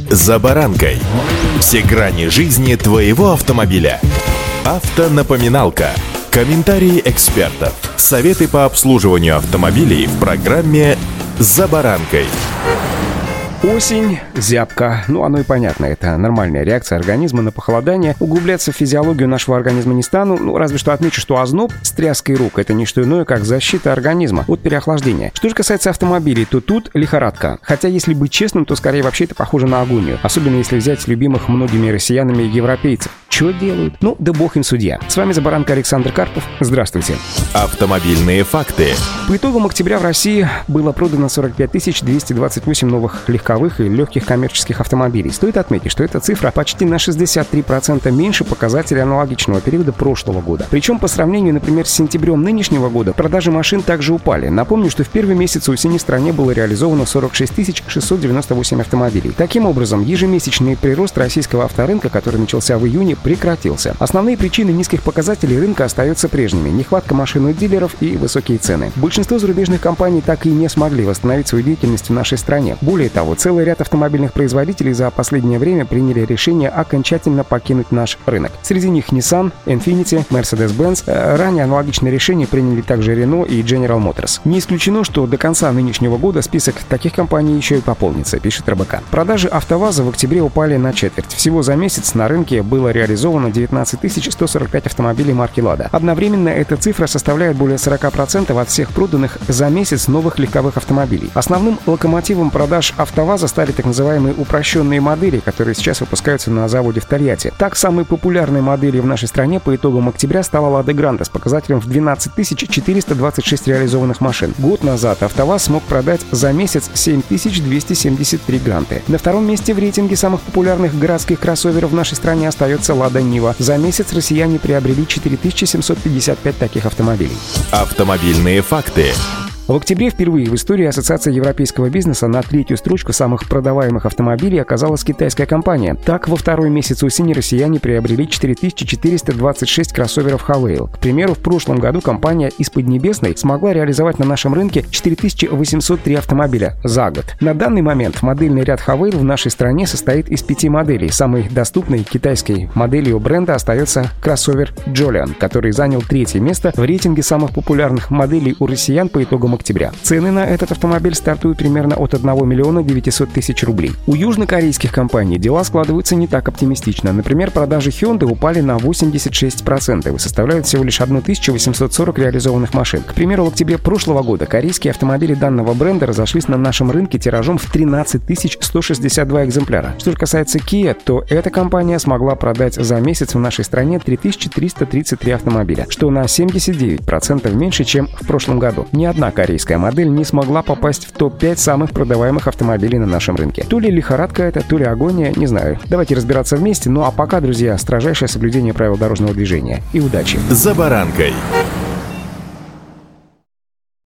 «За баранкой». Все грани жизни твоего автомобиля. Автонапоминалка. Комментарии экспертов. Советы по обслуживанию автомобилей в программе «За баранкой». Осень, зябко. Оно и понятно, это нормальная реакция организма на похолодание. Углубляться в физиологию нашего организма не стану, разве что отмечу, что озноб с тряской рук — это не что иное, как защита организма от переохлаждения. Что же касается автомобилей, то тут лихорадка. Хотя, если быть честным, то скорее вообще это похоже на агонию. Особенно если взять любимых многими россиянами европейцев. Чё делают? Да бог им судья. С вами «За баранкой» Александр Карпов. Здравствуйте. Автомобильные факты. По итогам октября в России было продано 45 228 новых легковых и легких коммерческих автомобилей. Стоит отметить, что эта цифра почти на 63% меньше показателей аналогичного периода прошлого года. Причем по сравнению, например, с сентябрем нынешнего года, продажи машин также упали. Напомню, что в первый месяц осени в стране было реализовано 46 698 автомобилей. Таким образом, ежемесячный прирост российского авторынка, который начался в июне, прекратился. Основные причины низких показателей рынка остаются прежними: нехватка машин у дилеров и высокие цены. Большинство зарубежных компаний так и не смогли восстановить свою деятельность в нашей стране. Более того, целый ряд автомобильных производителей за последнее время приняли решение окончательно покинуть наш рынок. Среди них Nissan, Infiniti, Mercedes-Benz. Ранее аналогичные решения приняли также Renault и General Motors. Не исключено, что до конца нынешнего года список таких компаний еще и пополнится, пишет РБК. Продажи АвтоВАЗа в октябре упали на четверть. Всего за месяц на рынке было реализовано 19 145 автомобилей марки «Лада». Одновременно эта цифра составляет более 40% от всех проданных за месяц новых легковых автомобилей. Основным локомотивом продаж АвтоВАЗа стали так называемые упрощенные модели, которые сейчас выпускаются на заводе в Тольятти. Так, самой популярной моделью в нашей стране по итогам октября стала «Лада Гранта» с показателем в 12 426 реализованных машин. Год назад АвтоВАЗ смог продать за месяц 7 273 «Гранты». На втором месте в рейтинге самых популярных городских кроссоверов в нашей стране остается «Лада Нива». За месяц россияне приобрели 4755 таких автомобилей. Автомобильные факты. В октябре впервые в истории Ассоциации европейского бизнеса на третью строчку самых продаваемых автомобилей оказалась китайская компания. Так, во второй месяц осени россияне приобрели 4426 кроссоверов Havail. К примеру, в прошлом году компания из Поднебесной смогла реализовать на нашем рынке 4803 автомобиля за год. На данный момент модельный ряд Havail в нашей стране состоит из 5 моделей. Самой доступной китайской моделью бренда остается кроссовер Jolion, который занял третье место в рейтинге самых популярных моделей у россиян по итогам октября. Цены на этот автомобиль стартуют примерно от 1 900 000 рублей. У южнокорейских компаний дела складываются не так оптимистично. Например, продажи Hyundai упали на 86% и составляют всего лишь 1840 реализованных машин. К примеру, в октябре прошлого года корейские автомобили данного бренда разошлись на нашем рынке тиражом в 13 162 экземпляра. Что же касается Kia, то эта компания смогла продать за месяц в нашей стране 3333 автомобиля, что на 79% меньше, чем в прошлом году. Ни одна корейская модель не смогла попасть в топ-5 самых продаваемых автомобилей на нашем рынке. То ли лихорадка это, то ли агония, не знаю. Давайте разбираться вместе. А пока, друзья, строжайшее соблюдение правил дорожного движения. И удачи! «За баранкой».